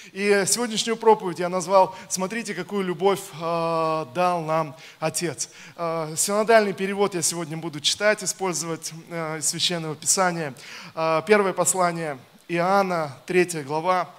И сегодняшнюю проповедь я назвал «Смотрите, какую любовь дал нам Отец». Синодальный перевод я сегодня буду читать, использовать из Священного Писания. Первое послание Иоанна, 3 глава.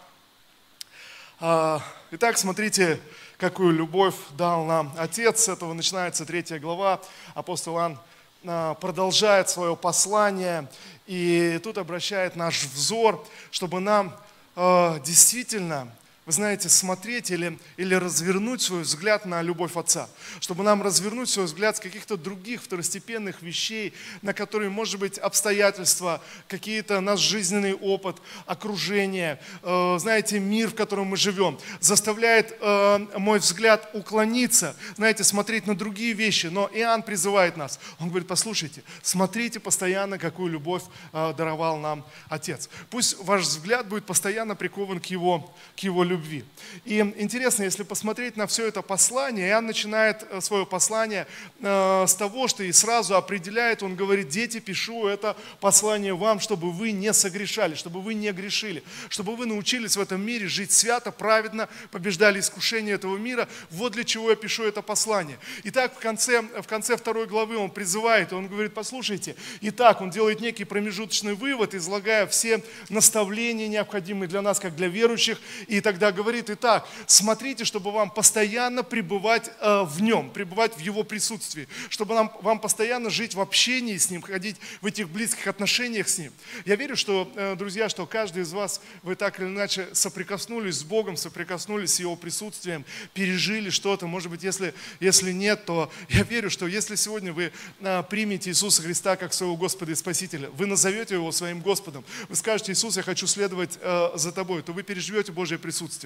Итак, смотрите, какую любовь дал нам Отец. С этого начинается 3 глава. Апостол Иоанн продолжает свое послание и тут обращает наш взор, чтобы нам действительно, вы знаете, смотреть или развернуть свой взгляд на любовь Отца. Чтобы нам развернуть свой взгляд с каких-то других второстепенных вещей, на которые, может быть, обстоятельства, какие-то наш жизненный опыт, окружение, знаете, мир, в котором мы живем, заставляет мой взгляд уклониться, знаете, смотреть на другие вещи. Но Иоанн призывает нас. Он говорит: послушайте, смотрите постоянно, какую любовь даровал нам Отец. Пусть ваш взгляд будет постоянно прикован к его любви. И интересно, если посмотреть на все это послание, Иоанн начинает свое послание с того, что и сразу определяет, он говорит: дети, пишу это послание вам, чтобы вы не согрешали, чтобы вы не грешили, чтобы вы научились в этом мире жить свято, праведно, побеждали искушения этого мира. Вот для чего я пишу это послание. Итак, в конце 2 главы он призывает, он говорит: послушайте, итак, он делает некий промежуточный вывод, излагая все наставления, необходимые для нас, как для верующих, и тогда говорит: итак, смотрите, чтобы вам постоянно пребывать в нем, пребывать в его присутствии, чтобы вам постоянно жить в общении с ним, ходить в этих близких отношениях с ним. Я верю, что, друзья, что каждый из вас, вы так или иначе соприкоснулись с Богом, соприкоснулись с его присутствием, пережили что-то. Может быть, если нет, то я верю, что если сегодня вы примете Иисуса Христа как своего Господа и Спасителя, вы назовете его своим Господом, вы скажете: Иисус, я хочу следовать за тобой, то вы переживете Божье присутствие.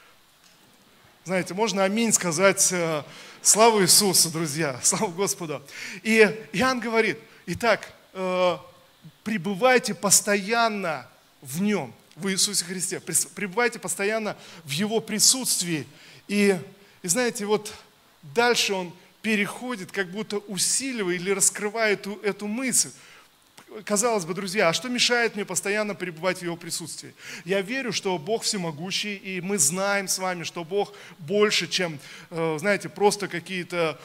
Знаете, можно аминь сказать. Слава Иисусу, друзья, слава Господу. И Иоанн говорит: итак, пребывайте постоянно в Нем, в Иисусе Христе. Пребывайте постоянно в Его присутствии. И знаете, вот дальше он переходит, как будто усиливая или раскрывая эту мысль. Казалось бы, друзья, а что мешает мне постоянно пребывать в Его присутствии? Я верю, что Бог всемогущий, и мы знаем с вами, что Бог больше, чем, знаете, просто какие-то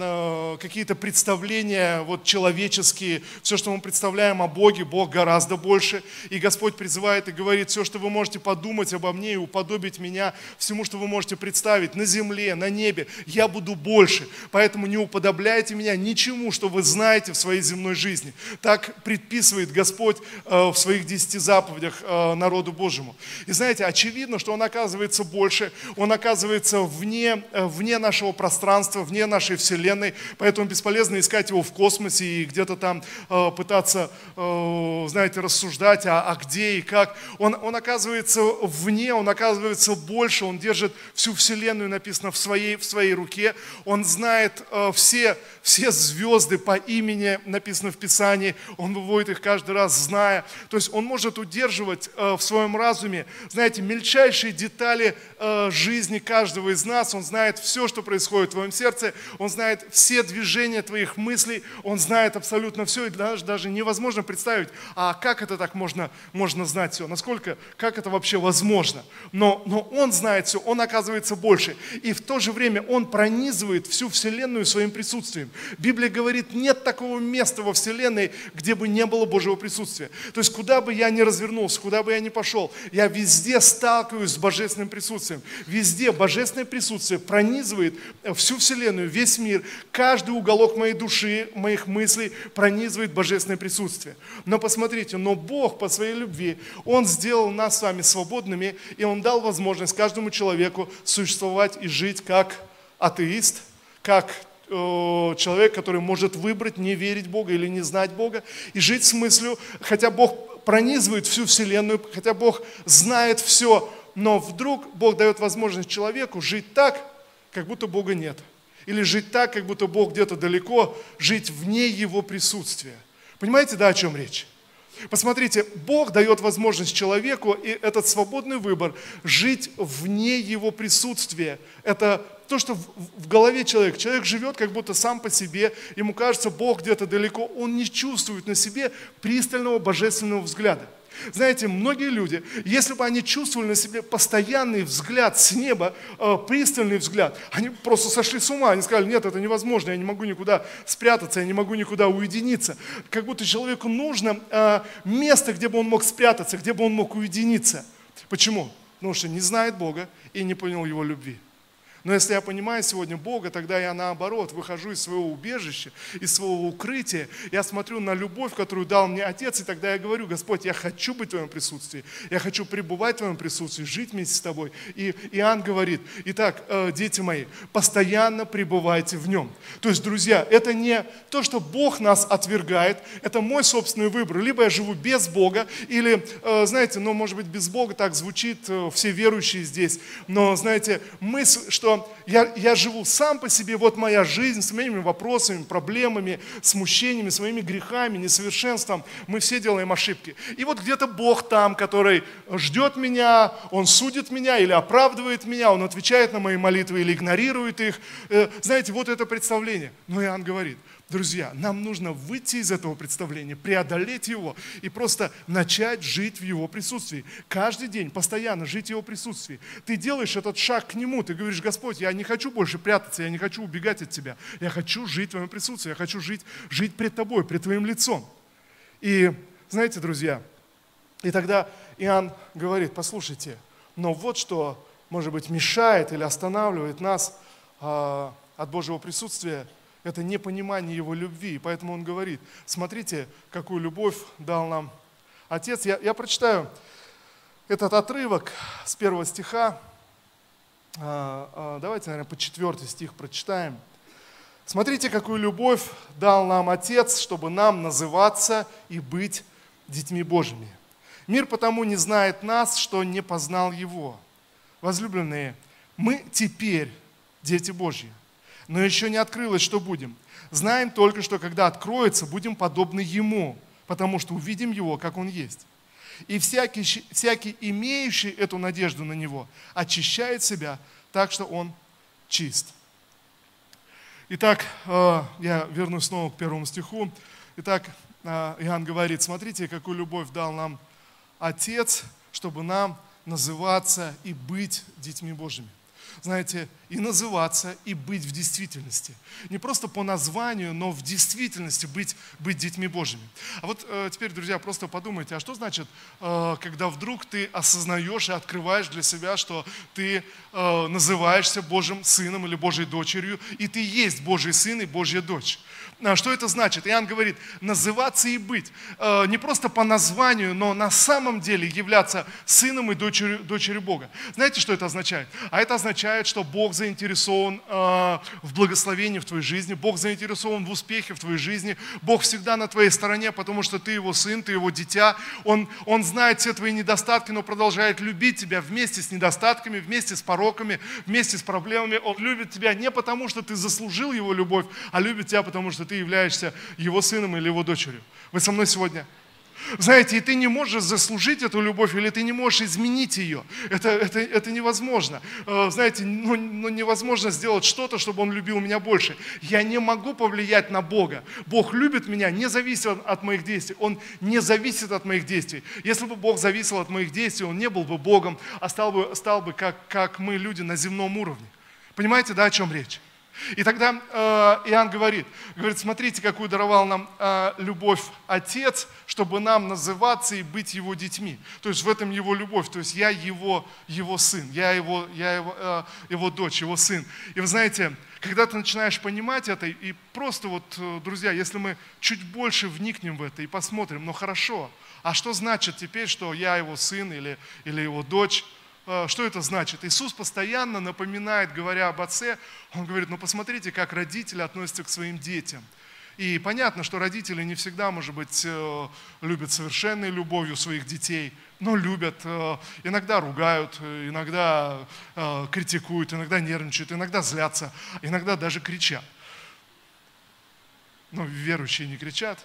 представления вот, человеческие. Все, что мы представляем о Боге, Бог гораздо больше. И Господь призывает и говорит: все, что вы можете подумать обо мне и уподобить меня, всему, что вы можете представить на земле, на небе, я буду больше. Поэтому не уподобляйте меня ничему, что вы знаете в своей земной жизни. Так предписывает Господь в своих 10 заповедях народу Божьему. И знаете, очевидно, что Он оказывается больше, Он оказывается вне нашего пространства, вне нашей Вселенной, поэтому бесполезно искать Его в космосе и где-то там пытаться, знаете, рассуждать, а где и как. Он оказывается вне, Он оказывается больше, Он держит всю Вселенную, написано, в своей руке. Он знает все звезды по имени, написано в Писании, Он выводит их каждый раз, зная. То есть Он может удерживать в своем разуме, знаете, мельчайшие детали жизни каждого из нас. Он знает все, что происходит в твоем сердце. Он знает все движения твоих мыслей. Он знает абсолютно все. И даже невозможно представить, а как это так можно знать все? Как это вообще возможно? Но Он знает все. Он оказывается больше. И в то же время Он пронизывает всю Вселенную своим присутствием. Библия говорит: нет такого места во Вселенной, где бы не было Божьего присутствия. То есть, куда бы я ни развернулся, куда бы я ни пошел, я везде сталкиваюсь с Божественным присутствием. Везде Божественное присутствие пронизывает всю Вселенную, весь мир. Каждый уголок моей души, моих мыслей пронизывает Божественное присутствие. Но посмотрите, Бог по своей любви, Он сделал нас с вами свободными, и Он дал возможность каждому человеку существовать и жить как атеист, как человек, который может выбрать не верить в Бога или не знать Бога, и жить с мыслью, хотя Бог пронизывает всю Вселенную, хотя Бог знает все, но вдруг Бог дает возможность человеку жить так, как будто Бога нет. Или жить так, как будто Бог где-то далеко, жить вне Его присутствия. Понимаете, да, о чем речь? Посмотрите, Бог дает возможность человеку, и этот свободный выбор, жить вне Его присутствия. Это то, что в голове человека. Человек живет как будто сам по себе, ему кажется, Бог где-то далеко, он не чувствует на себе пристального божественного взгляда. Знаете, многие люди, если бы они чувствовали на себе постоянный взгляд с неба, пристальный взгляд, они просто сошли с ума, они сказали: нет, это невозможно, я не могу никуда спрятаться, я не могу никуда уединиться. Как будто человеку нужно место, где бы он мог спрятаться, где бы он мог уединиться. Почему? Потому что не знает Бога и не понял Его любви. Но если я понимаю сегодня Бога, тогда я наоборот выхожу из своего убежища, из своего укрытия, я смотрю на любовь, которую дал мне Отец, и тогда я говорю: Господь, я хочу быть в Твоем присутствии, я хочу пребывать в Твоем присутствии, жить вместе с Тобой. И Иоанн говорит: итак, дети мои, постоянно пребывайте в Нем. То есть, друзья, это не то, что Бог нас отвергает, это мой собственный выбор. Либо я живу без Бога, или, знаете, может быть, без Бога так звучит, все верующие здесь, но, знаете, мысль, что я живу сам по себе, вот моя жизнь с моими вопросами, проблемами, смущениями, своими грехами, несовершенством. Мы все делаем ошибки. И вот где-то Бог там, который ждет меня, Он судит меня или оправдывает меня, Он отвечает на мои молитвы или игнорирует их. Знаете, вот это представление. Но Иоанн говорит: друзья, нам нужно выйти из этого представления, преодолеть его и просто начать жить в Его присутствии. Каждый день, постоянно жить в Его присутствии. Ты делаешь этот шаг к Нему, ты говоришь: Господь, я не хочу больше прятаться, я не хочу убегать от Тебя. Я хочу жить в Твоем присутствии, я хочу жить пред Тобой, пред Твоим лицом. И знаете, друзья, и тогда Иоанн говорит: послушайте, но вот что, может быть, мешает или останавливает нас от Божьего присутствия, это непонимание Его любви. И поэтому он говорит: смотрите, какую любовь дал нам Отец. Я прочитаю этот отрывок с 1 стиха. Давайте, наверное, по 4 стих прочитаем. Смотрите, какую любовь дал нам Отец, чтобы нам называться и быть детьми Божьими. Мир потому не знает нас, что не познал Его. Возлюбленные, мы теперь дети Божьи. Но еще не открылось, что будем. Знаем только, что когда откроется, будем подобны Ему, потому что увидим Его, как Он есть. И всякий, имеющий эту надежду на Него, очищает себя так, что он чист. Итак, я вернусь снова к 1 стиху. Итак, Иоанн говорит: смотрите, какую любовь дал нам Отец, чтобы нам называться и быть детьми Божьими. Знаете, и называться, и быть в действительности. Не просто по названию, но в действительности быть детьми Божьими. А вот теперь, друзья, просто подумайте, а что значит, когда вдруг ты осознаешь и открываешь для себя, что ты называешься Божьим сыном или Божьей дочерью, и ты есть Божий сын и Божья дочь? Что это значит? Иоанн говорит: называться и быть. Не просто по названию, но на самом деле являться сыном и дочерью Бога. Знаете, что это означает? А это означает, что Бог заинтересован в благословении в твоей жизни, Бог заинтересован в успехе в твоей жизни, Бог всегда на твоей стороне, потому что ты Его сын, ты Его дитя. Он знает все твои недостатки, но продолжает любить тебя вместе с недостатками, вместе с пороками, вместе с проблемами. Он любит тебя не потому, что ты заслужил Его любовь, а любит тебя, потому что ты являешься Его сыном или Его дочерью. Вы со мной сегодня? Знаете, и ты не можешь заслужить эту любовь, или ты не можешь изменить ее. Это невозможно. Знаете, невозможно сделать что-то, чтобы Он любил меня больше. Я не могу повлиять на Бога. Бог любит меня, не зависит от моих действий. Он не зависит от моих действий. Если бы Бог зависел от моих действий, Он не был бы Богом, а стал бы как мы, люди, на земном уровне. Понимаете, да, о чем речь? И тогда Иоанн говорит: смотрите, какую даровал нам любовь Отец, чтобы нам называться и быть Его детьми. То есть в этом Его любовь, то есть я Его сын, я его дочь, Его сын. И вы знаете, когда ты начинаешь понимать это, и просто вот, друзья, если мы чуть больше вникнем в это и посмотрим, ну хорошо, а что значит теперь, что я Его сын или Его дочь? Что это значит? Иисус постоянно напоминает, говоря об Отце, Он говорит: ну посмотрите, как родители относятся к своим детям. И понятно, что родители не всегда, может быть, любят совершенной любовью своих детей, но любят, иногда ругают, иногда критикуют, иногда нервничают, иногда злятся, иногда даже кричат. Но верующие не кричат.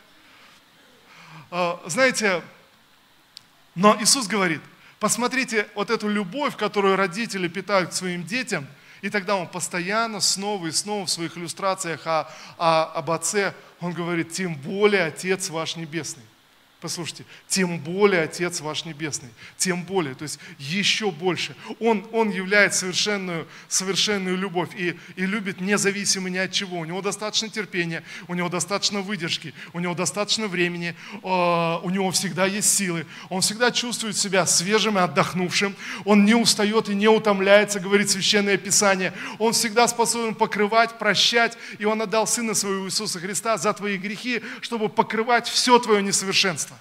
Знаете, но Иисус говорит: посмотрите вот эту любовь, которую родители питают к своим детям, и тогда Он постоянно, снова и снова в своих иллюстрациях об Отце, Он говорит: тем более Отец ваш Небесный. Послушайте, тем более Отец ваш Небесный, тем более, то есть еще больше. Он являет совершенную любовь и любит независимо ни от чего. У него достаточно терпения, у него достаточно выдержки, у него достаточно времени, у него всегда есть силы, он всегда чувствует себя свежим и отдохнувшим, он не устает и не утомляется, говорит Священное Писание. Он всегда способен покрывать, прощать, и он отдал Сына Своего Иисуса Христа за твои грехи, чтобы покрывать все твое несовершенство.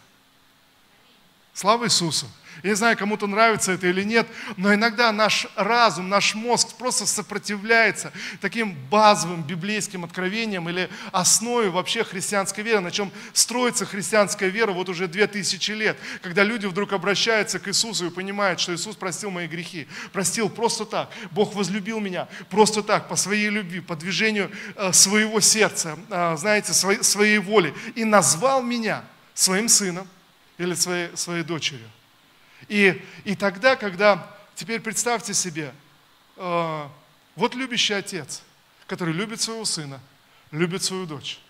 Слава Иисусу! Я не знаю, кому-то нравится это или нет, но иногда наш разум, наш мозг просто сопротивляется таким базовым библейским откровениям или основе вообще христианской веры, на чем строится христианская вера вот уже 2000 лет, когда люди вдруг обращаются к Иисусу и понимают, что Иисус простил мои грехи, простил просто так, Бог возлюбил меня просто так, по своей любви, по движению своего сердца, знаете, своей воли, и назвал меня своим сыном или своей дочерью. И тогда, когда, теперь представьте себе, вот любящий отец, который любит своего сына, любит свою дочь.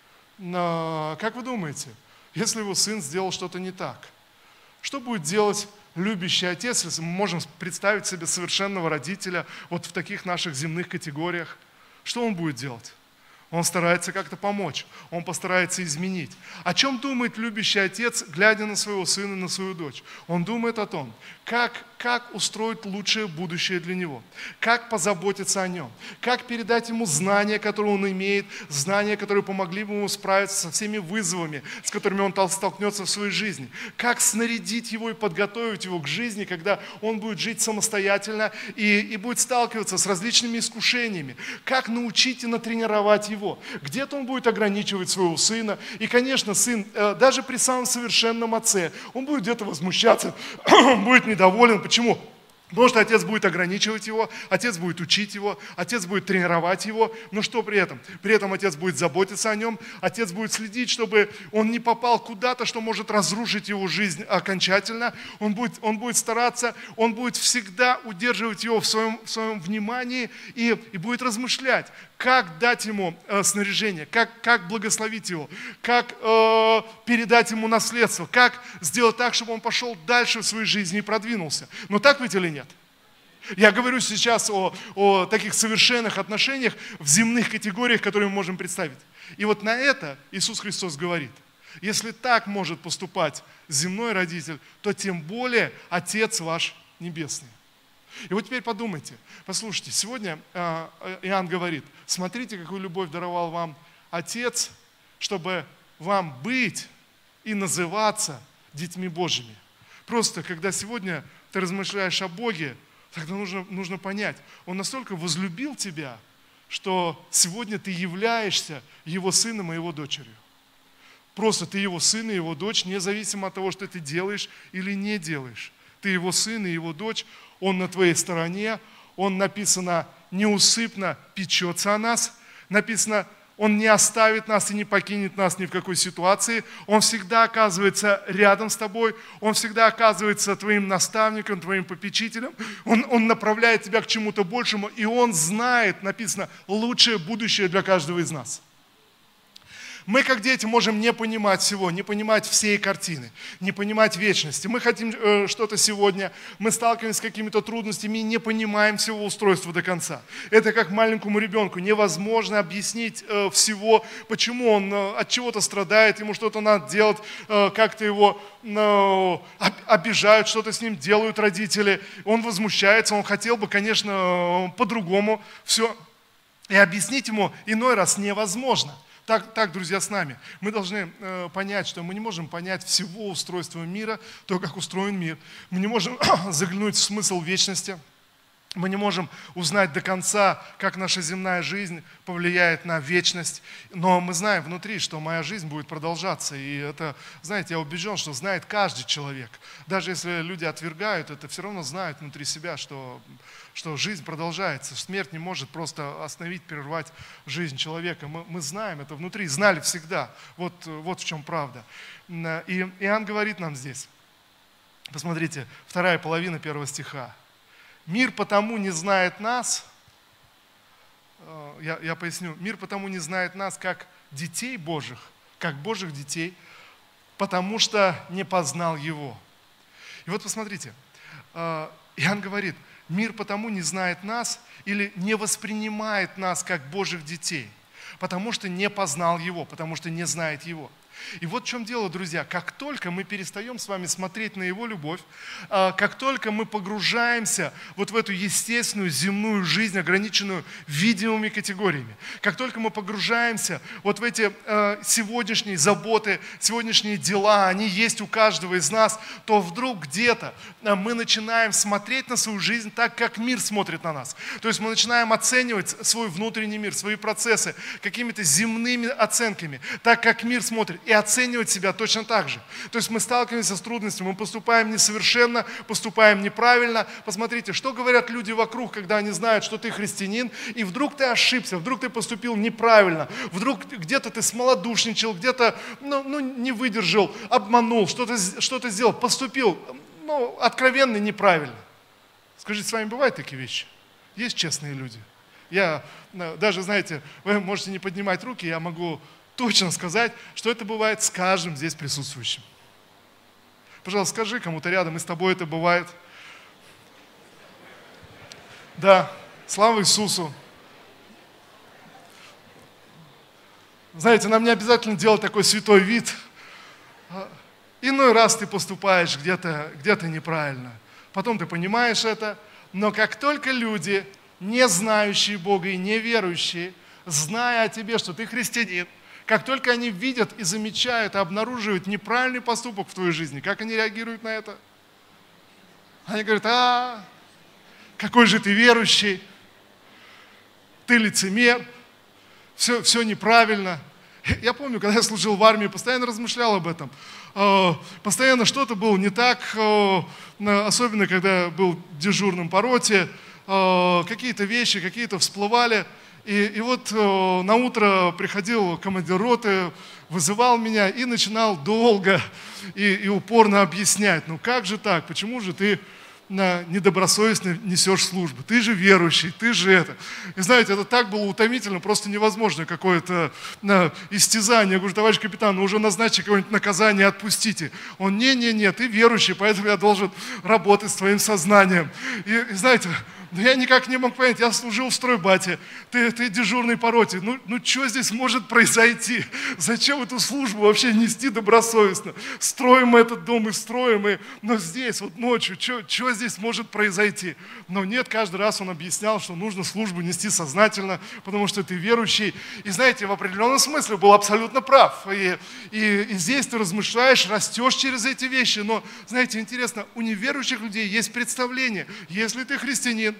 Но, как вы думаете, если его сын сделал что-то не так, что будет делать любящий отец, если мы можем представить себе совершенного родителя вот в таких наших земных категориях? Что он будет делать? Он старается как-то помочь, он постарается изменить. О чем думает любящий отец, глядя на своего сына, на свою дочь? Он думает о том, как устроить лучшее будущее для него, как позаботиться о нем, как передать ему знания, которые он имеет, знания, которые помогли бы ему справиться со всеми вызовами, с которыми он столкнется в своей жизни, как снарядить его и подготовить его к жизни, когда он будет жить самостоятельно и будет сталкиваться с различными искушениями, как научить и натренировать его. Где-то он будет ограничивать своего сына, и, конечно, сын, даже при самом совершенном отце, он будет где-то возмущаться, будет недоволен. Почему? Потому что отец будет ограничивать его, отец будет учить его, отец будет тренировать его. Но что при этом? При этом отец будет заботиться о нем, отец будет следить, чтобы он не попал куда-то, что может разрушить его жизнь окончательно. Он будет стараться, он будет всегда удерживать его в своем внимании и будет размышлять, как дать ему снаряжение, как благословить его, как передать ему наследство, как сделать так, чтобы он пошел дальше в своей жизни и продвинулся. Но так ведь или нет? Я говорю сейчас о таких совершенных отношениях в земных категориях, которые мы можем представить. И вот на это Иисус Христос говорит: если так может поступать земной родитель, то тем более Отец ваш Небесный. И вот теперь подумайте, послушайте, сегодня Иоанн говорит: смотрите, какую любовь даровал вам Отец, чтобы вам быть и называться детьми Божьими. Просто, когда сегодня ты размышляешь о Боге, тогда нужно понять, Он настолько возлюбил тебя, что сегодня ты являешься Его сыном и Его дочерью. Просто ты Его сын и Его дочь, независимо от того, что ты делаешь или не делаешь. Ты Его сын и Его дочь, Он на твоей стороне, Он, написано, неусыпно печется о нас, написано, Он не оставит нас и не покинет нас ни в какой ситуации. Он всегда оказывается рядом с тобой. Он всегда оказывается твоим наставником, твоим попечителем. Он направляет тебя к чему-то большему. И Он знает, написано, лучшее будущее для каждого из нас. Мы, как дети, можем не понимать всего, не понимать всей картины, не понимать вечности. Мы хотим что-то сегодня, мы сталкиваемся с какими-то трудностями и не понимаем всего устройства до конца. Это как маленькому ребенку. Невозможно объяснить всего, почему он от чего-то страдает, ему что-то надо делать, как-то его обижают, что-то с ним делают родители. Он возмущается, он хотел бы, конечно, по-другому все. И объяснить ему иной раз невозможно. Так, друзья, с нами. Мы должны понять, что мы не можем понять всего устройства мира, то, как устроен мир. Мы не можем заглянуть в смысл вечности. Мы не можем узнать до конца, как наша земная жизнь повлияет на вечность. Но мы знаем внутри, что моя жизнь будет продолжаться. И это, знаете, я убежден, что знает каждый человек. Даже если люди отвергают это, все равно знают внутри себя, что жизнь продолжается. Смерть не может просто остановить, прервать жизнь человека. Мы знаем это внутри, знали всегда. Вот в чем правда. И Иоанн говорит нам здесь. Посмотрите, 2 половина 1 стиха. Мир потому не знает нас, я поясню, мир потому не знает нас, как детей Божьих, как Божьих детей, потому что не познал Его. И вот посмотрите, Иоанн говорит, мир потому не знает нас или не воспринимает нас как Божьих детей, потому что не познал Его, потому что не знает Его. И вот в чем дело, друзья, как только мы перестаем с вами смотреть на Его любовь, как только мы погружаемся вот в эту естественную земную жизнь, ограниченную видимыми категориями, как только мы погружаемся вот в эти сегодняшние заботы, сегодняшние дела, они есть у каждого из нас, то вдруг где-то мы начинаем смотреть на свою жизнь так, как мир смотрит на нас. То есть мы начинаем оценивать свой внутренний мир, свои процессы какими-то земными оценками, так, как мир смотрит, и оценивать себя точно так же. То есть мы сталкиваемся с трудностями, мы поступаем несовершенно, поступаем неправильно. Посмотрите, что говорят люди вокруг, когда они знают, что ты христианин, и вдруг ты ошибся, вдруг ты поступил неправильно, вдруг где-то ты смолодушничал, где-то не выдержал, обманул, что-то сделал, поступил откровенно неправильно. Скажите, с вами бывают такие вещи? Есть честные люди? Я даже, знаете, вы можете не поднимать руки, я могу точно сказать, что это бывает с каждым здесь присутствующим. Пожалуйста, скажи кому-то рядом, и с тобой это бывает. Да, слава Иисусу. Знаете, нам не обязательно делать такой святой вид. Иной раз ты поступаешь где-то неправильно. Потом ты понимаешь это. Но как только люди, не знающие Бога и неверующие, зная о тебе, что ты христианин, как только они видят и замечают, и обнаруживают неправильный поступок в твоей жизни, как они реагируют на это? Они говорят, какой же ты верующий, ты лицемер, все неправильно. Я помню, когда я служил в армии, постоянно размышлял об этом. Постоянно что-то было не так, особенно когда был дежурным по роте, какие-то вещи, какие-то всплывали. И вот на утро приходил командир роты, вызывал меня и начинал долго и упорно объяснять, как же так, почему же ты недобросовестно несешь службу, ты же верующий, ты же это. И знаете, это так было утомительно, просто невозможно какое-то истязание. Я говорю, товарищ капитан, уже назначьте какое-нибудь наказание, отпустите. Он, не, ты верующий, поэтому я должен работать с твоим сознанием. И знаете, я никак не мог понять, я служил в стройбате, ты дежурный по роте, что здесь может произойти? Зачем эту службу вообще нести добросовестно? Строим мы этот дом и строим, но здесь вот ночью, что здесь может произойти? Но нет, каждый раз он объяснял, что нужно службу нести сознательно, потому что ты верующий. И знаете, в определенном смысле был абсолютно прав. И здесь ты размышляешь, растешь через эти вещи. Но, знаете, интересно, у неверующих людей есть представление, если ты христианин,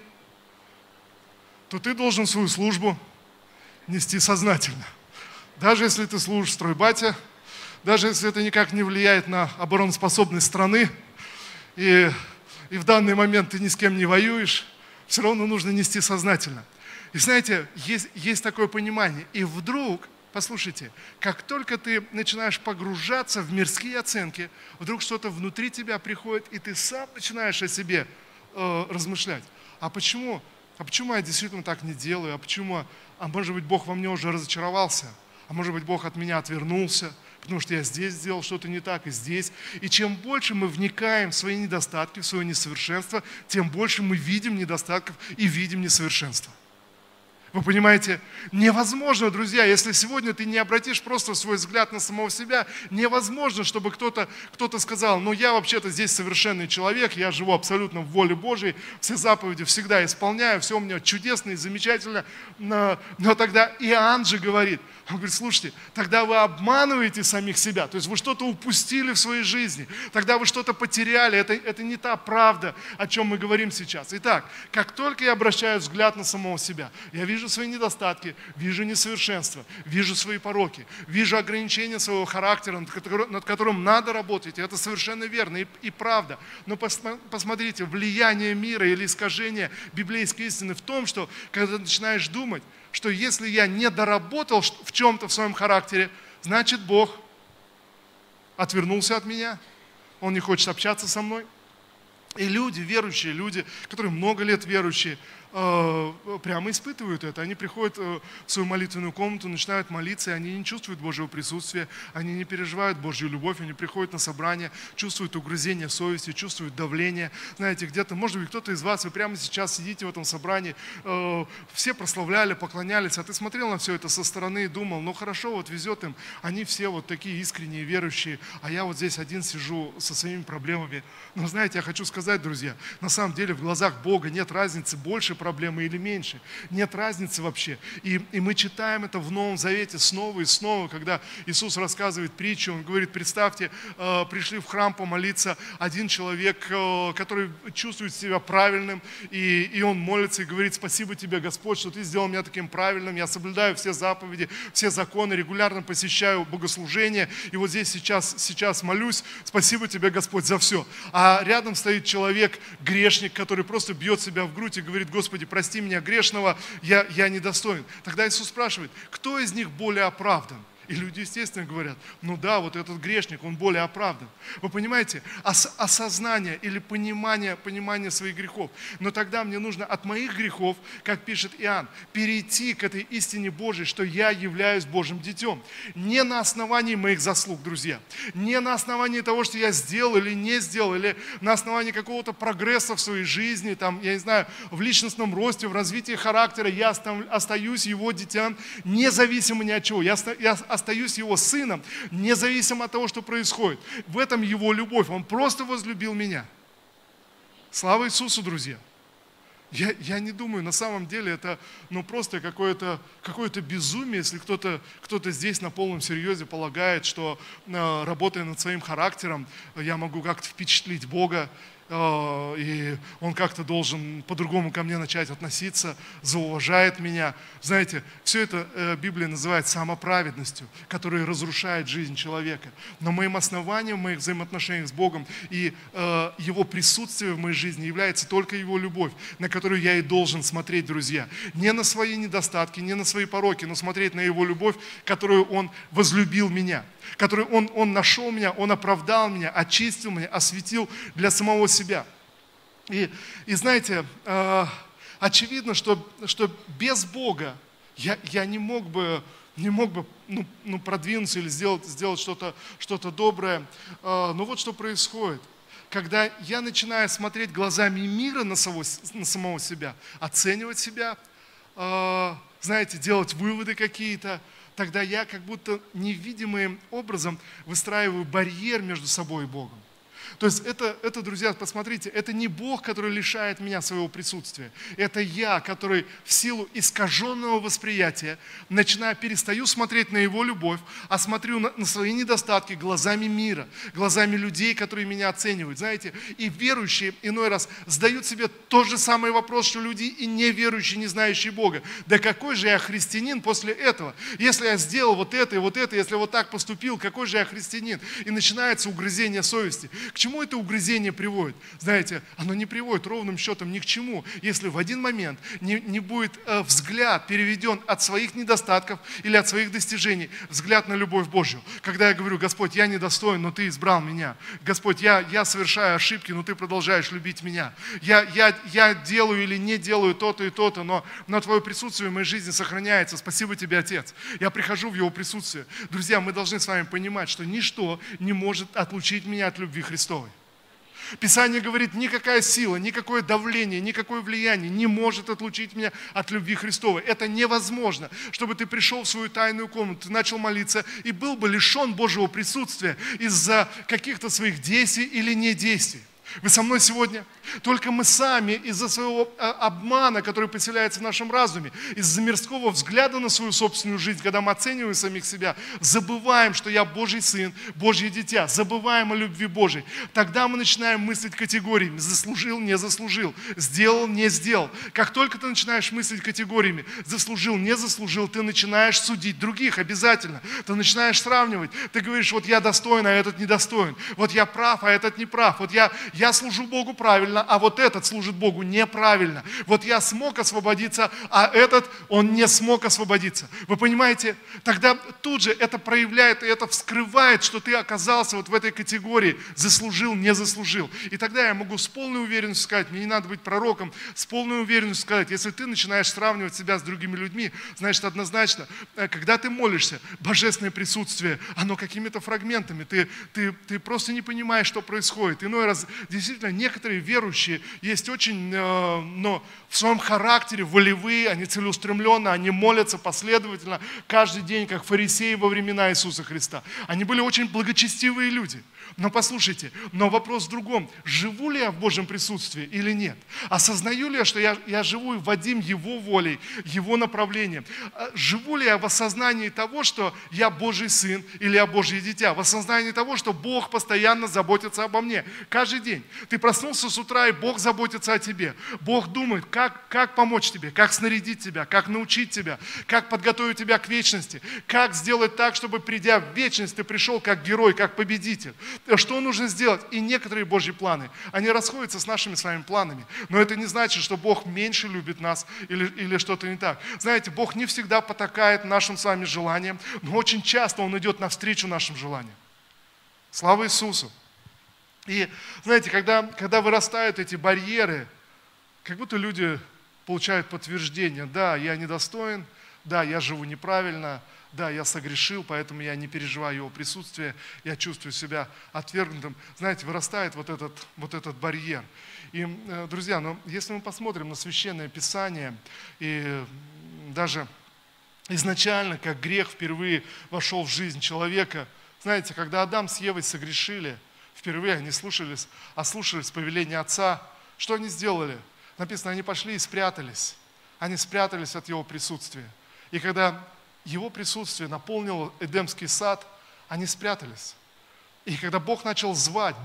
то ты должен свою службу нести сознательно. Даже если ты служишь в стройбате, даже если это никак не влияет на обороноспособность страны, и в данный момент ты ни с кем не воюешь, все равно нужно нести сознательно. И знаете, есть такое понимание. И вдруг, послушайте, как только ты начинаешь погружаться в мирские оценки, вдруг что-то внутри тебя приходит, и ты сам начинаешь о себе размышлять. А почему я действительно так не делаю? А может быть, Бог во мне уже разочаровался? А может быть, Бог от меня отвернулся, потому что я здесь сделал что-то не так, и здесь. И чем больше мы вникаем в свои недостатки, в свое несовершенство, тем больше мы видим недостатков и видим несовершенство. Вы понимаете, невозможно, друзья, если сегодня ты не обратишь просто свой взгляд на самого себя, невозможно, чтобы кто-то сказал, я вообще-то здесь совершенный человек, я живу абсолютно в воле Божьей, все заповеди всегда исполняю, все у меня чудесно и замечательно. Но тогда Иоанн же говорит, он говорит, слушайте, тогда вы обманываете самих себя, то есть вы что-то упустили в своей жизни, тогда вы что-то потеряли, это не та правда, о чем мы говорим сейчас. Итак, как только я обращаю взгляд на самого себя, я вижу свои недостатки, вижу несовершенство, вижу свои пороки, вижу ограничения своего характера, над которым надо работать, и это совершенно верно и правда. Но посмотрите, влияние мира или искажение библейской истины в том, что когда ты начинаешь думать, что если я не доработал в чем-то в своем характере, значит Бог отвернулся от меня, Он не хочет общаться со мной. И люди, верующие, люди, которые много лет верующие, прямо испытывают это. Они приходят в свою молитвенную комнату, начинают молиться, и они не чувствуют Божьего присутствия, они не переживают Божью любовь, они приходят на собрание, чувствуют угрызение совести, чувствуют давление. Знаете, где-то, может быть, кто-то из вас, вы прямо сейчас сидите в этом собрании, все прославляли, поклонялись, а ты смотрел на все это со стороны и думал, ну хорошо, вот везет им, они все вот такие искренние, верующие, а я вот здесь один сижу со своими проблемами. Но знаете, я хочу сказать, друзья, на самом деле в глазах Бога нет разницы, больше проблемы или меньше. Нет разницы вообще. И мы читаем это в Новом Завете снова и снова, когда Иисус рассказывает притчу, Он говорит, представьте, пришли в храм помолиться один человек, который чувствует себя правильным, и он молится и говорит, спасибо тебе, Господь, что ты сделал меня таким правильным, я соблюдаю все заповеди, все законы, регулярно посещаю богослужения, и вот здесь сейчас молюсь, спасибо тебе, Господь, за все. А рядом стоит человек, грешник, который просто бьет себя в грудь и говорит, Господи, прости меня грешного, я недостоин. Тогда Иисус спрашивает, кто из них более оправдан? И люди, естественно, говорят, ну да, вот этот грешник, он более оправдан. Вы понимаете, осознание или понимание своих грехов. Но тогда мне нужно от моих грехов, как пишет Иоанн, перейти к этой истине Божьей, что я являюсь Божьим детем. Не на основании моих заслуг, друзья. Не на основании того, что я сделал или не сделал, или на основании какого-то прогресса в своей жизни, там, я не знаю, в личностном росте, в развитии характера. Я остаюсь его детям, независимо ни от чего. Я остаюсь его сыном, независимо от того, что происходит. В этом его любовь. Он просто возлюбил меня. Слава Иисусу, друзья. Я не думаю, на самом деле это просто какое-то безумие, если кто-то здесь на полном серьезе полагает, что работая над своим характером, я могу как-то впечатлить Бога, и Он как-то должен по-другому ко мне начать относиться, зауважает меня. Знаете, все это Библия называет самоправедностью, которая разрушает жизнь человека. Но моим основанием в моих взаимоотношениях с Богом и Его присутствие в моей жизни является только Его любовь, на которую я и должен смотреть, друзья. Не на свои недостатки, не на свои пороки, но смотреть на Его любовь, которую Он возлюбил меня, которую Он нашел меня, Он оправдал меня, очистил меня, осветил для самого себя. И знаете, очевидно, что без Бога я не мог бы продвинуться или сделать что-то доброе. Но вот что происходит. Когда я начинаю смотреть глазами мира на самого себя, оценивать себя, знаете, делать выводы какие-то, тогда я как будто невидимым образом выстраиваю барьер между собой и Богом. То есть это, друзья, посмотрите, это не Бог, который лишает меня своего присутствия. Это я, который в силу искаженного восприятия перестаю смотреть на Его любовь, а смотрю на свои недостатки глазами мира, глазами людей, которые меня оценивают. Знаете, и верующие иной раз задают себе тот же самый вопрос, что люди и неверующие, не знающие Бога. Да какой же я христианин после этого? Если я сделал вот это и вот это, если вот так поступил, какой же я христианин? И начинается угрызение совести. К чему это угрызение приводит? Знаете, оно не приводит ровным счетом ни к чему, если в один момент не будет взгляд переведен от своих недостатков или от своих достижений, взгляд на любовь Божью. Когда я говорю, Господь, я недостоин, но Ты избрал меня. Господь, я совершаю ошибки, но Ты продолжаешь любить меня. Я делаю или не делаю то-то и то-то, но Твое присутствие в моей жизни сохраняется. Спасибо Тебе, Отец. Я прихожу в Его присутствие. Друзья, мы должны с вами понимать, что ничто не может отлучить меня от любви Христовой. Писание говорит, никакая сила, никакое давление, никакое влияние не может отлучить меня от любви Христовой. Это невозможно, чтобы ты пришел в свою тайную комнату, ты начал молиться и был бы лишен Божьего присутствия из-за каких-то своих действий или недействий. Вы со мной сегодня? Только мы сами из-за своего обмана, который поселяется в нашем разуме, из-за мирского взгляда на свою собственную жизнь, когда мы оцениваем самих себя, забываем, что я Божий сын, Божье дитя, забываем о любви Божьей. Тогда мы начинаем мыслить категориями: заслужил, не заслужил, сделал, не сделал. Как только ты начинаешь мыслить категориями: заслужил, не заслужил, ты начинаешь судить других обязательно. Ты начинаешь сравнивать. Ты говоришь: вот я достоин, а этот недостоин. Вот я прав, а этот не прав. Вот я я служу Богу правильно, а вот этот служит Богу неправильно. Вот я смог освободиться, а этот, он не смог освободиться. Вы понимаете? Тогда тут же это проявляет и это вскрывает, что ты оказался вот в этой категории, заслужил, не заслужил. И тогда я могу с полной уверенностью сказать, мне не надо быть пророком, с полной уверенностью сказать, если ты начинаешь сравнивать себя с другими людьми, значит однозначно, когда ты молишься, божественное присутствие, оно какими-то фрагментами, ты просто не понимаешь, что происходит. Иной раз, действительно, некоторые верующие есть очень, но в своем характере волевые, они целеустремленно, они молятся последовательно каждый день, как фарисеи во времена Иисуса Христа. Они были очень благочестивые люди. Но послушайте, но вопрос в другом. Живу ли я в Божьем присутствии или нет? Осознаю ли я, что я живу и водим Его волей, Его направлением? Живу ли я в осознании того, что я Божий сын или я Божье дитя? В осознании того, что Бог постоянно заботится обо мне. Каждый день. Ты проснулся с утра, и Бог заботится о тебе. Бог думает, как помочь тебе, как снарядить тебя, как научить тебя, как подготовить тебя к вечности, как сделать так, чтобы, придя в вечность, ты пришел как герой, как победитель. Что нужно сделать? И некоторые Божьи планы, они расходятся с нашими с вами планами. Но это не значит, что Бог меньше любит нас или что-то не так. Знаете, Бог не всегда потакает нашим с вами желаниям, но очень часто Он идет навстречу нашим желаниям. Слава Иисусу! И знаете, когда вырастают эти барьеры, как будто люди получают подтверждение: да, я недостоин, да, я живу неправильно, да, я согрешил, поэтому я не переживаю Его присутствие, я чувствую себя отвергнутым. Знаете, вырастает вот этот барьер. И, друзья, если мы посмотрим на Священное Писание, и даже изначально, как грех впервые вошел в жизнь человека, знаете, когда Адам с Евой согрешили, впервые они ослушались повеления Отца, что они сделали? Написано, они пошли и спрятались. Они спрятались от Его присутствия. И когда Его присутствие наполнило Эдемский сад, они спрятались. И когда Бог начал звать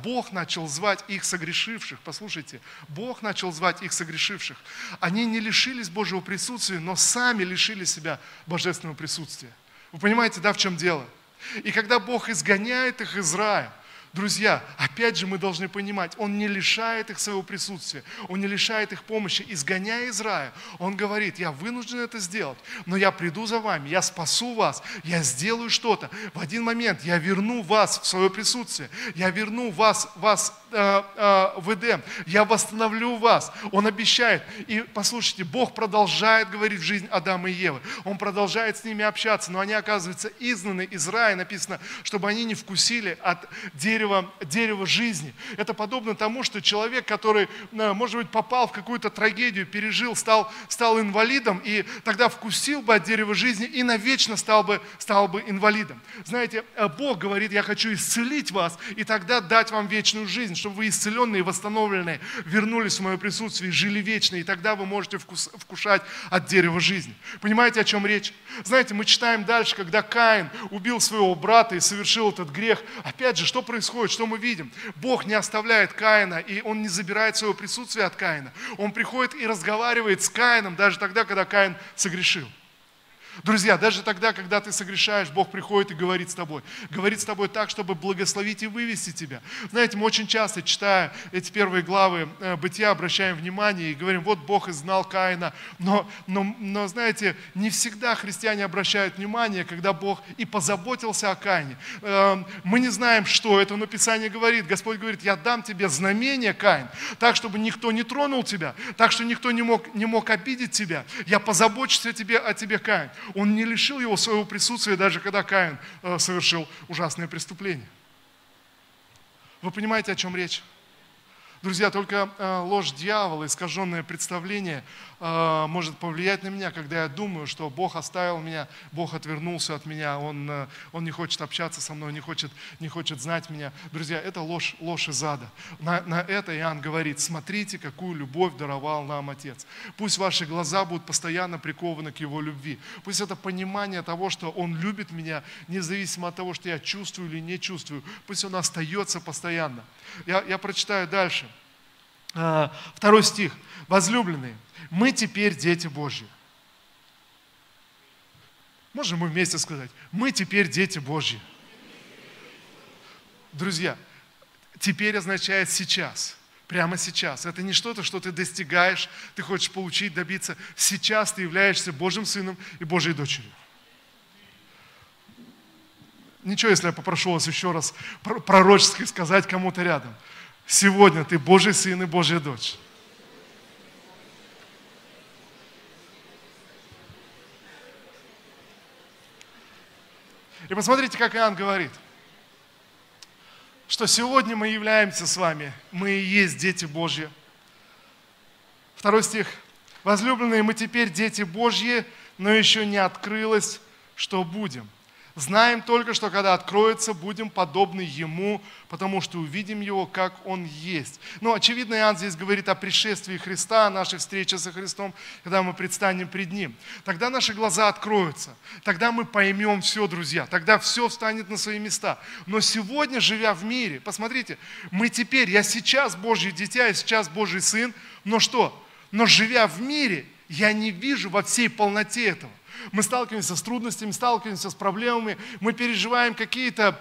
их согрешивших, послушайте, Бог начал звать их согрешивших, они не лишились Божьего присутствия, но сами лишили себя божественного присутствия. Вы понимаете, да, в чем дело? И когда Бог изгоняет их из рая, друзья, опять же мы должны понимать, Он не лишает их своего присутствия, Он не лишает их помощи. Изгоняя из рая, Он говорит: я вынужден это сделать, но я приду за вами, я спасу вас, я сделаю что-то. В один момент я верну вас в свое присутствие, я верну вас в Эдем, я восстановлю вас. Он обещает. И послушайте, Бог продолжает говорить в жизнь Адама и Евы. Он продолжает с ними общаться, но они оказываются изгнаны из рая, написано, чтобы они не вкусили от дерево жизни. Это подобно тому, что человек, который, может быть, попал в какую-то трагедию, пережил, стал инвалидом, и тогда вкусил бы от дерева жизни и навечно стал бы инвалидом. Знаете, Бог говорит: я хочу исцелить вас, и тогда дать вам вечную жизнь, чтобы вы исцеленные, восстановленные, вернулись в мое присутствие, жили вечно, и тогда вы можете вкушать от дерева жизни. Понимаете, о чем речь? Знаете, мы читаем дальше, когда Каин убил своего брата и совершил этот грех. Опять же, что происходит? Что мы видим? Бог не оставляет Каина, и Он не забирает своего присутствия от Каина. Он приходит и разговаривает с Каином, даже тогда, когда Каин согрешил. Друзья, даже тогда, когда ты согрешаешь, Бог приходит и говорит с тобой. Говорит с тобой так, чтобы благословить и вывести тебя. Знаете, мы очень часто, читая эти первые главы Бытия, обращаем внимание и говорим: вот Бог изгнал Каина. Но, знаете, не всегда христиане обращают внимание, когда Бог и позаботился о Каине. Мы не знаем, что это, но Писание говорит, Господь говорит: я дам тебе знамение, Каин, так, чтобы никто не тронул тебя, так, что никто не мог обидеть тебя. Я позабочусь о тебе, Каин. Он не лишил его своего присутствия, даже когда Каин совершил ужасное преступление. Вы понимаете, о чем речь? Друзья, только ложь дьявола, искаженное представление может повлиять на меня, когда я думаю, что Бог оставил меня, Бог отвернулся от меня, Он не хочет общаться со мной, не хочет знать меня. Друзья, это ложь из ада. На это Иоанн говорит: смотрите, какую любовь даровал нам Отец. Пусть ваши глаза будут постоянно прикованы к Его любви. Пусть это понимание того, что Он любит меня, независимо от того, что я чувствую или не чувствую, пусть он остается постоянно. Я прочитаю дальше. 2 стих. Возлюбленные, мы теперь дети Божьи. Можем мы вместе сказать: мы теперь дети Божьи. Друзья, теперь означает сейчас. Прямо сейчас. Это не что-то, что ты достигаешь, ты хочешь получить, добиться. Сейчас ты являешься Божьим сыном и Божьей дочерью. Ничего, если я попрошу вас еще раз пророчески сказать кому-то рядом. Сегодня ты Божий сын и Божья дочь. И посмотрите, как Иоанн говорит, что сегодня мы являемся с вами, мы и есть дети Божьи. 2 стих. Возлюбленные, мы теперь дети Божьи, но еще не открылось, что будем. Знаем только, что когда откроется, будем подобны Ему, потому что увидим Его, как Он есть. Но, очевидно, Иоанн здесь говорит о пришествии Христа, о нашей встрече со Христом, когда мы предстанем пред Ним. Тогда наши глаза откроются, тогда мы поймем все, друзья, тогда все встанет на свои места. Но сегодня, живя в мире, посмотрите, я сейчас Божье дитя, я сейчас Божий сын, но что? Но живя в мире, я не вижу во всей полноте этого. Мы сталкиваемся с трудностями, сталкиваемся с проблемами, мы переживаем какие-то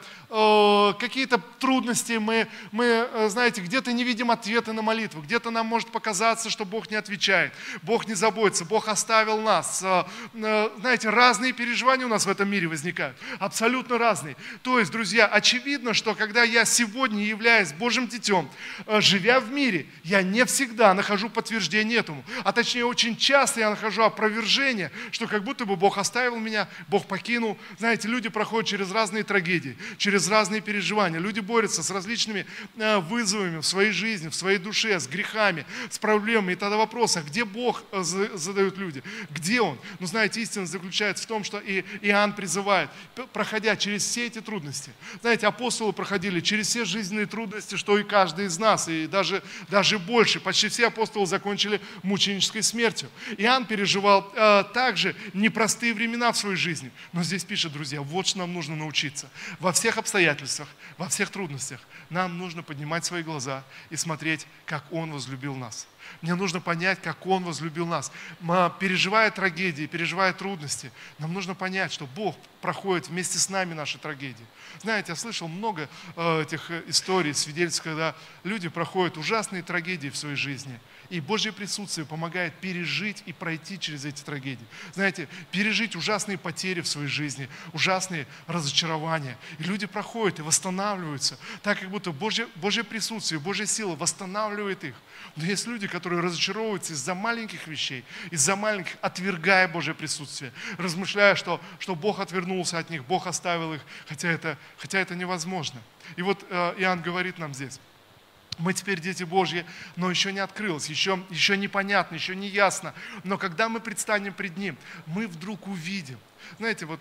трудности, мы, знаете, где-то не видим ответа на молитву, где-то нам может показаться, что Бог не отвечает, Бог не заботится, Бог оставил нас. Знаете, разные переживания у нас в этом мире возникают, абсолютно разные. То есть, друзья, очевидно, что когда я сегодня являюсь Божьим детем, живя в мире, я не всегда нахожу подтверждение этому, а точнее очень часто я нахожу опровержение, что как будто бы Бог оставил меня, Бог покинул. Знаете, люди проходят через разные трагедии, через разные переживания. Люди борются с различными вызовами в своей жизни, в своей душе, с грехами, с проблемами. И тогда вопрос, а где Бог, задают люди? Где Он? Ну, знаете, истина заключается в том, что и Иоанн призывает, проходя через все эти трудности. Знаете, апостолы проходили через все жизненные трудности, что и каждый из нас, и даже больше. Почти все апостолы закончили мученической смертью. Иоанн переживал также непростые времена в своей жизни. Но здесь пишет, друзья, вот что нам нужно научиться. Во всех обстоятельствах, во всех трудностях нам нужно поднимать свои глаза и смотреть, как Он возлюбил нас. Мне нужно понять, как Он возлюбил нас. Переживая трагедии, переживая трудности, нам нужно понять, что Бог проходит вместе с нами наши трагедии. Знаете, я слышал много этих историй, свидетельств, когда люди проходят ужасные трагедии в своей жизни. И Божье присутствие помогает пережить и пройти через эти трагедии. Знаете, пережить ужасные потери в своей жизни, ужасные разочарования. И люди проходят и восстанавливаются, так как будто Божье присутствие, Божья сила восстанавливает их. Но есть люди, которые разочаровываются из-за маленьких вещей, из-за маленьких, отвергая Божье присутствие, размышляя, что Бог отвернулся от них, Бог оставил их, хотя это невозможно. И вот Иоанн говорит нам здесь. Мы теперь дети Божьи, но еще не открылось, еще непонятно, еще не ясно. Но когда мы предстанем пред Ним, мы вдруг увидим. Знаете, вот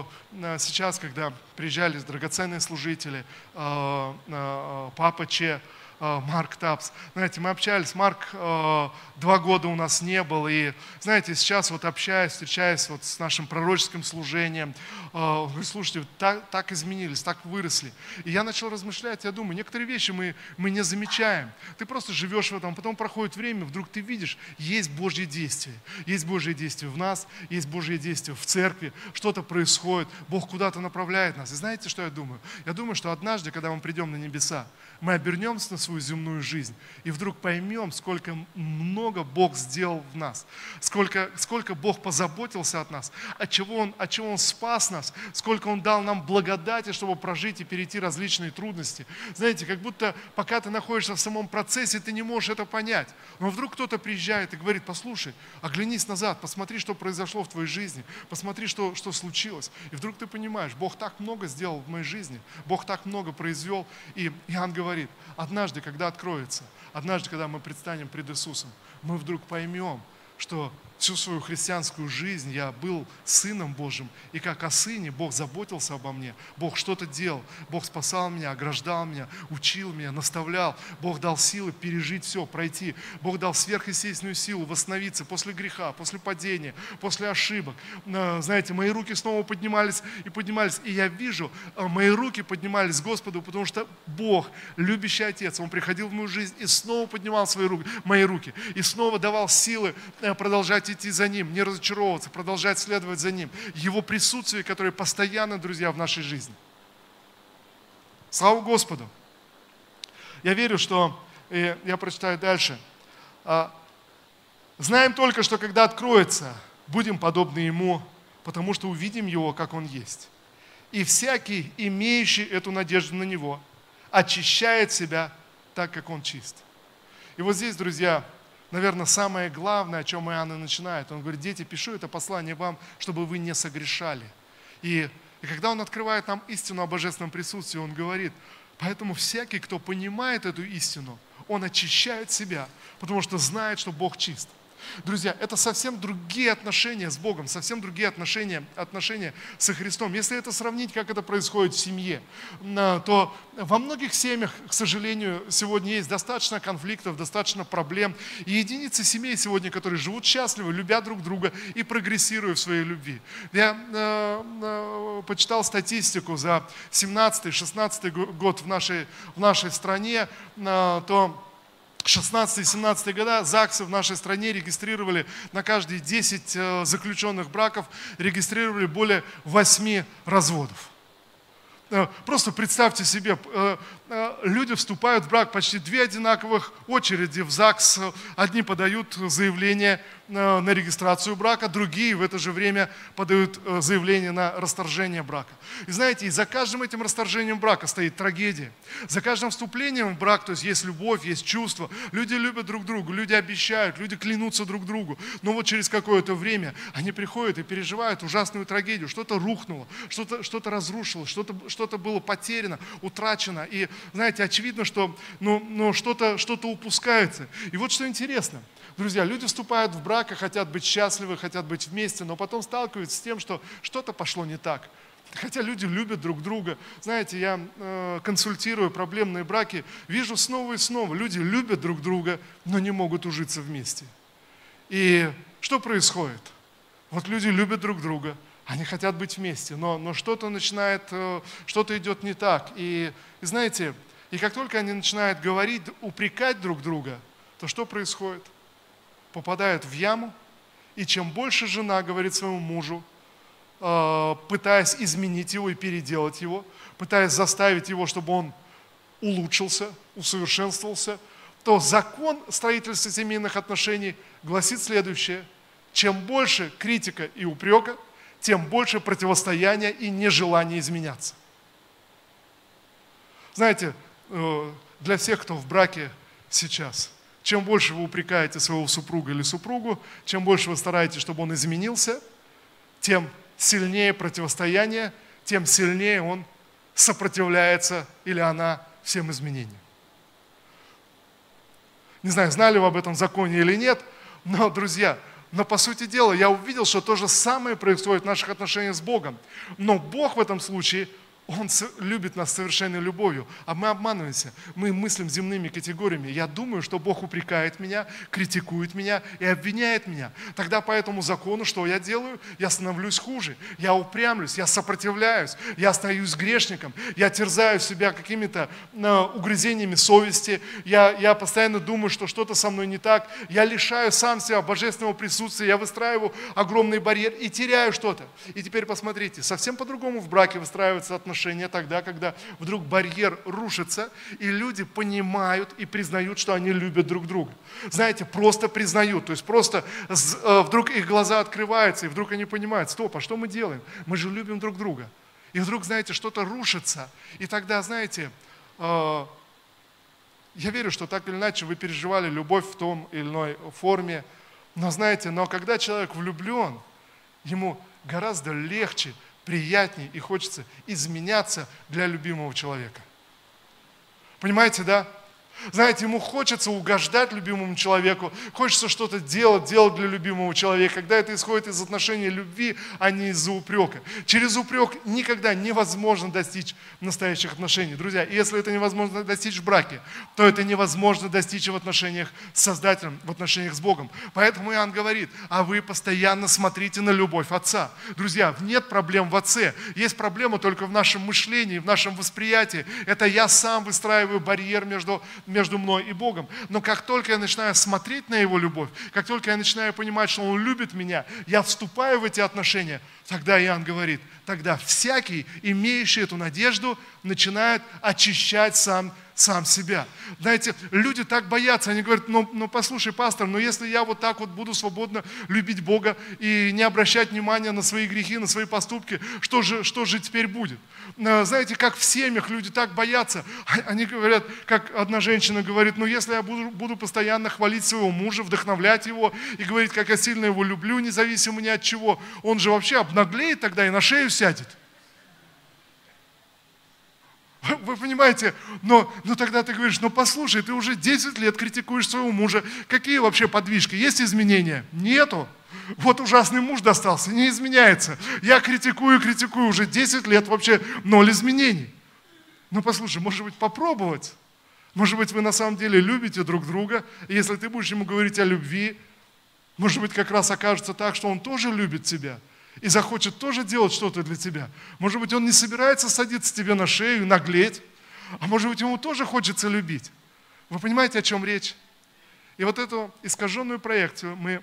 сейчас, когда приезжали драгоценные служители, Папа Че, Марк Тапс. Знаете, мы общались, Марк 2 года у нас не был, и, знаете, сейчас вот общаясь, встречаясь вот с нашим пророческим служением, вы слушайте, так изменились, так выросли. И я начал размышлять, я думаю, некоторые вещи мы не замечаем. Ты просто живешь в этом, потом проходит время, вдруг ты видишь, есть Божье действие. Есть Божье действие в нас, есть Божье действие в церкви, что-то происходит, Бог куда-то направляет нас. И знаете, что я думаю? Я думаю, что однажды, когда мы придем на небеса, мы обернемся на свою земную жизнь и вдруг поймем, сколько много Бог сделал в нас, сколько Бог позаботился от нас, от чего Он спас нас, сколько Он дал нам благодати, чтобы прожить и перейти различные трудности. Знаете, как будто пока ты находишься в самом процессе, ты не можешь это понять. Но вдруг кто-то приезжает и говорит, послушай, оглянись назад, посмотри, что произошло в твоей жизни, посмотри, что случилось. И вдруг ты понимаешь, Бог так много сделал в моей жизни, Бог так много произвел. И Иоанн говорит, однажды, когда откроется, однажды, когда мы предстанем пред Иисусом, мы вдруг поймем, что всю свою христианскую жизнь я был Сыном Божьим, и как о Сыне Бог заботился обо мне, Бог что-то делал, Бог спасал меня, ограждал меня, учил меня, наставлял, Бог дал силы пережить все, пройти, Бог дал сверхъестественную силу восстановиться после греха, после падения, после ошибок. Знаете, мои руки снова поднимались, и я вижу, мои руки поднимались к Господу, потому что Бог, любящий Отец, Он приходил в мою жизнь и снова поднимал мои руки, и снова давал силы продолжать идти за Ним, не разочаровываться, продолжать следовать за Ним. Его присутствие, которое постоянно, друзья, в нашей жизни. Слава Господу! Я верю, что И я прочитаю дальше. «Знаем только, что когда откроется, будем подобны Ему, потому что увидим Его, как Он есть. И всякий, имеющий эту надежду на Него, очищает себя так, как Он чист». И вот здесь, друзья, наверное, самое главное, о чем Иоанн и начинает. Он говорит: дети, пишу это послание вам, чтобы вы не согрешали. И когда он открывает нам истину о божественном присутствии, он говорит: поэтому всякий, кто понимает эту истину, он очищает себя, потому что знает, что Бог чист. Друзья, это совсем другие отношения с Богом, совсем другие отношения со Христом. Если это сравнить, как это происходит в семье, то во многих семьях, к сожалению, сегодня есть достаточно конфликтов, достаточно проблем. И единицы семей сегодня, которые живут счастливо, любят друг друга и прогрессируют в своей любви. Я почитал статистику за 17-16 год в нашей стране, то 16-17 года ЗАГСы в нашей стране регистрировали на каждые 10 заключенных браков, регистрировали более 8 разводов. Просто представьте себе, люди вступают в брак, почти 2 одинаковых очереди в ЗАГС. Одни подают заявление на регистрацию брака, другие в это же время подают заявление на расторжение брака. И знаете, и за каждым этим расторжением брака стоит трагедия. За каждым вступлением в брак, то есть любовь, есть чувство. Люди любят друг друга, люди обещают, люди клянутся друг другу. Но вот через какое-то время они приходят и переживают ужасную трагедию. Что-то рухнуло, что-то разрушилось, что-то было потеряно, утрачено. И знаете, очевидно, что что-то упускается. И вот что интересно. Друзья, люди вступают в брак, хотят быть счастливы, хотят быть вместе, но потом сталкиваются с тем, что что-то пошло не так. Хотя люди любят друг друга. Знаете, я консультирую проблемные браки, вижу снова и снова, люди любят друг друга, но не могут ужиться вместе. И что происходит? Вот люди любят друг друга, они хотят быть вместе, но что-то что-то идет не так. И знаете, и как только они начинают говорить, упрекать друг друга, то что происходит? Попадают в яму, и чем больше жена говорит своему мужу, пытаясь изменить его и переделать его, пытаясь заставить его, чтобы он улучшился, усовершенствовался, то закон строительства семейных отношений гласит следующее: чем больше критика и упрека, тем больше противостояния и нежелания изменяться. Знаете, для всех, кто в браке сейчас, чем больше вы упрекаете своего супруга или супругу, чем больше вы стараетесь, чтобы он изменился, тем сильнее противостояние, тем сильнее он сопротивляется или она всем изменениям. Не знаю, знали вы об этом законе или нет, но, друзья, по сути дела я увидел, что то же самое происходит в наших отношениях с Богом. Но Бог в этом случае, Он любит нас совершенной любовью, а мы обманываемся, мы мыслим земными категориями. Я думаю, что Бог упрекает меня, критикует меня и обвиняет меня. Тогда по этому закону что я делаю? Я становлюсь хуже, я упрямлюсь, я сопротивляюсь, я остаюсь грешником, я терзаю себя какими-то угрызениями совести, я постоянно думаю, что что-то со мной не так, я лишаю сам себя божественного присутствия, я выстраиваю огромный барьер и теряю что-то. И теперь посмотрите, совсем по-другому в браке выстраиваются отношения тогда, когда вдруг барьер рушится, и люди понимают и признают, что они любят друг друга. Знаете, просто признают, то есть просто вдруг их глаза открываются, и вдруг они понимают: стоп, а что мы делаем? Мы же любим друг друга. И вдруг, знаете, что-то рушится, и тогда, знаете, я верю, что так или иначе вы переживали любовь в том или иной форме, но знаете, когда человек влюблен, ему гораздо легче, приятнее и хочется изменяться для любимого человека. Понимаете, да? Знаете, ему хочется угождать любимому человеку, хочется что-то делать для любимого человека, когда это исходит из отношений любви, а не из-за упрека. Через упрек никогда невозможно достичь настоящих отношений. Друзья, и если это невозможно достичь в браке, то это невозможно достичь в отношениях с Создателем, в отношениях с Богом. Поэтому Иоанн говорит: а вы постоянно смотрите на любовь Отца. Друзья, нет проблем в Отце, есть проблема только в нашем мышлении, в нашем восприятии. Это я сам выстраиваю барьер между мной и Богом. Но как только я начинаю смотреть на Его любовь, как только я начинаю понимать, что Он любит меня, я вступаю в эти отношения, тогда Иоанн говорит, тогда всякий, имеющий эту надежду, начинает очищать сам сам себя. Знаете, люди так боятся, они говорят, ну послушай, пастор, но если я вот так вот буду свободно любить Бога и не обращать внимания на свои грехи, на свои поступки, что же теперь будет? Знаете, как в семьях люди так боятся, они говорят, как одна женщина говорит, ну если я буду постоянно хвалить своего мужа, вдохновлять его и говорить, как я сильно его люблю, независимо ни от чего, он же вообще обнаглеет тогда и на шею сядет. Вы понимаете, но тогда ты говоришь, ну послушай, ты уже 10 лет критикуешь своего мужа, какие вообще подвижки, есть изменения? Нету. Вот ужасный муж достался, не изменяется. Я критикую уже 10 лет, вообще 0 изменений. Ну послушай, может быть попробовать? Может быть вы на самом деле любите друг друга, и если ты будешь ему говорить о любви, может быть как раз окажется так, что он тоже любит тебя. И захочет тоже делать что-то для тебя. Может быть, он не собирается садиться тебе на шею и наглеть, а может быть, ему тоже хочется любить. Вы понимаете, о чем речь? И вот эту искаженную проекцию мы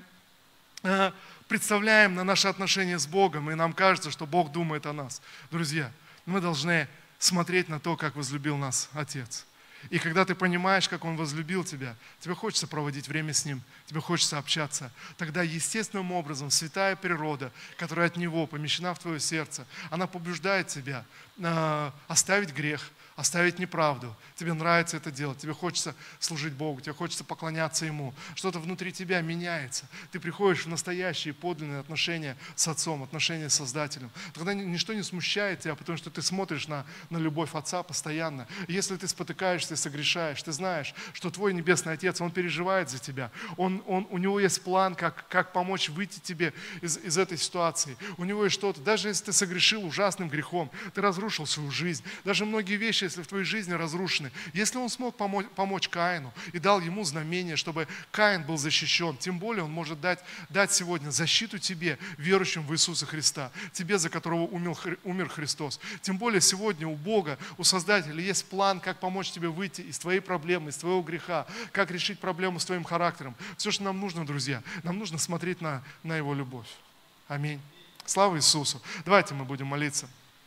представляем на наши отношения с Богом, и нам кажется, что Бог думает о нас. Друзья, мы должны смотреть на то, как возлюбил нас Отец. И когда ты понимаешь, как Он возлюбил тебя, тебе хочется проводить время с Ним, тебе хочется общаться. Тогда естественным образом святая природа, которая от Него помещена в твое сердце, она побуждает тебя оставить грех, оставить неправду. Тебе нравится это делать, тебе хочется служить Богу, тебе хочется поклоняться Ему. Что-то внутри тебя меняется. Ты приходишь в настоящие подлинные отношения с Отцом, отношения с Создателем. Тогда ничто не смущает тебя, потому что ты смотришь на любовь Отца постоянно. И если ты спотыкаешься и согрешаешь, ты знаешь, что твой Небесный Отец, Он переживает за тебя. У Него есть план, как помочь выйти тебе из этой ситуации. У Него есть что-то. Даже если ты согрешил ужасным грехом, ты разрушил свою жизнь. Даже многие вещи, если в твоей жизни разрушены, если Он смог помочь Каину и дал ему знамение, чтобы Каин был защищен, тем более Он может дать сегодня защиту тебе, верующим в Иисуса Христа, тебе, за которого умер Христос. Тем более сегодня у Бога, у Создателя есть план, как помочь тебе выйти из твоей проблемы, из твоего греха, как решить проблему с твоим характером. Все, что нам нужно, друзья, нам нужно смотреть на Его любовь. Аминь. Слава Иисусу. Давайте мы будем молиться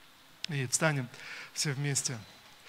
и встанем все вместе.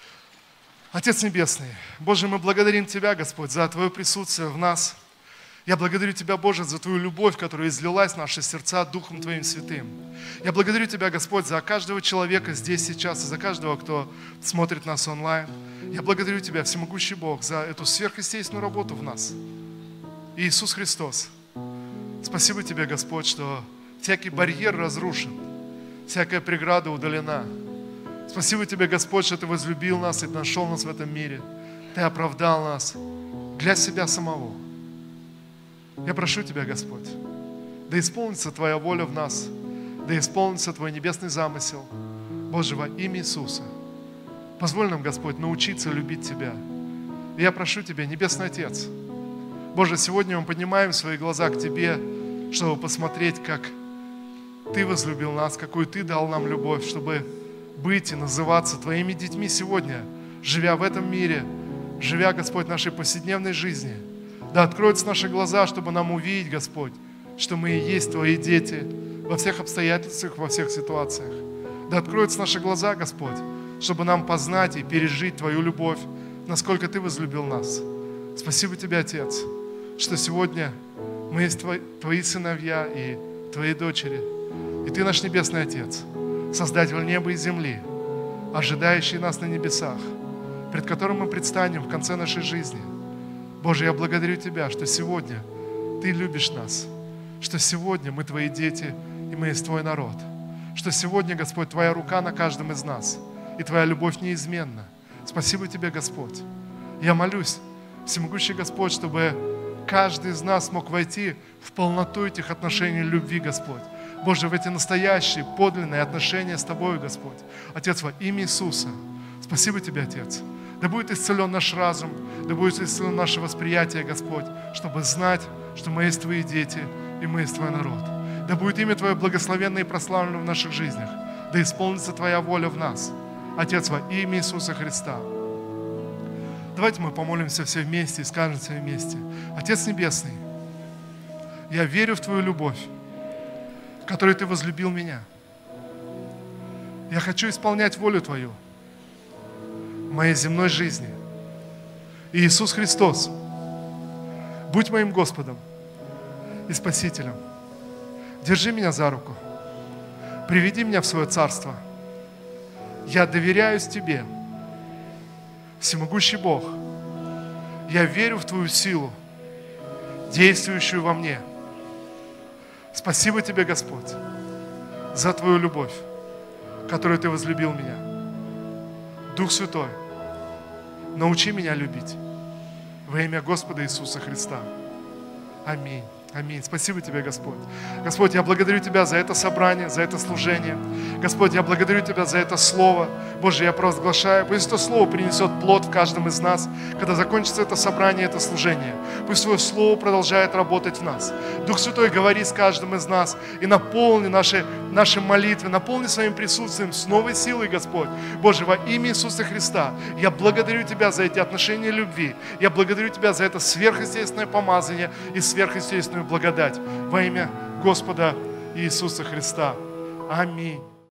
Отец Небесный, Боже, мы благодарим Тебя, Господь, за Твое присутствие в нас. Я благодарю Тебя, Боже, за Твою любовь, которая излилась в наши сердца Духом Твоим Святым. Я благодарю Тебя, Господь, за каждого человека здесь сейчас, и за каждого, кто смотрит нас онлайн. Я благодарю Тебя, Всемогущий Бог, за эту сверхъестественную работу в нас. Иисус Христос, спасибо Тебе, Господь, что всякий барьер разрушен, всякая преграда удалена. Спасибо Тебе, Господь, что Ты возлюбил нас и нашел нас в этом мире. Ты оправдал нас для себя самого. Я прошу Тебя, Господь, да исполнится Твоя воля в нас, да исполнится Твой небесный замысел. Боже, во имя Иисуса, позволь нам, Господь, научиться любить Тебя. И я прошу Тебя, Небесный Отец, Боже, сегодня мы поднимаем свои глаза к Тебе, чтобы посмотреть, как Ты возлюбил нас, какую Ты дал нам любовь, чтобы быть и называться Твоими детьми сегодня, живя в этом мире, живя, Господь, в нашей повседневной жизни. Да откроются наши глаза, чтобы нам увидеть, Господь, что мы и есть Твои дети во всех обстоятельствах, во всех ситуациях. Да откроются наши глаза, Господь, чтобы нам познать и пережить Твою любовь, насколько Ты возлюбил нас. Спасибо Тебе, Отец, что сегодня мы есть Твои сыновья и Твои дочери. И Ты наш Небесный Отец, Создатель неба и земли, ожидающий нас на небесах, пред которым мы предстанем в конце нашей жизни. Боже, я благодарю Тебя, что сегодня Ты любишь нас, что сегодня мы Твои дети и мы есть Твой народ, что сегодня, Господь, Твоя рука на каждом из нас, и Твоя любовь неизменна. Спасибо Тебе, Господь. Я молюсь, Всемогущий Господь, чтобы каждый из нас мог войти в полноту этих отношений любви, Господь. Боже, в эти настоящие, подлинные отношения с Тобой, Господь. Отец, во имя Иисуса, спасибо Тебе, Отец. Да будет исцелен наш разум, да будет исцелен наше восприятие, Господь, чтобы знать, что мы есть Твои дети и мы есть Твой народ. Да будет имя Твое благословенно и прославлено в наших жизнях. Да исполнится Твоя воля в нас. Отец, во имя Иисуса Христа. Давайте мы помолимся все вместе и скажем все вместе. Отец Небесный, я верю в Твою любовь, в которой Ты возлюбил меня. Я хочу исполнять волю Твою в моей земной жизни. Иисус Христос, будь моим Господом и Спасителем. Держи меня за руку. Приведи меня в свое царство. Я доверяюсь Тебе, всемогущий Бог. Я верю в Твою силу, действующую во мне. Спасибо Тебе, Господь, за Твою любовь, которую Ты возлюбил меня. Дух Святой, научи меня любить во имя Господа Иисуса Христа. Аминь. Аминь. Спасибо Тебе, Господь. Господь, я благодарю Тебя за это собрание, за это служение. Господь, я благодарю Тебя за это слово. Боже, я провозглашаю, пусть это слово принесет плод в каждом из нас, когда закончится это собрание, это служение. Пусть Твое слово продолжает работать в нас. Дух Святой, говори с каждым из нас и наполни наши молитвы, наполни своим присутствием с новой силой, Господь. Боже, во имя Иисуса Христа, я благодарю Тебя за эти отношения любви. Я благодарю Тебя за это сверхъестественное помазание и сверхъестественную благодать. Во имя Господа Иисуса Христа. Аминь.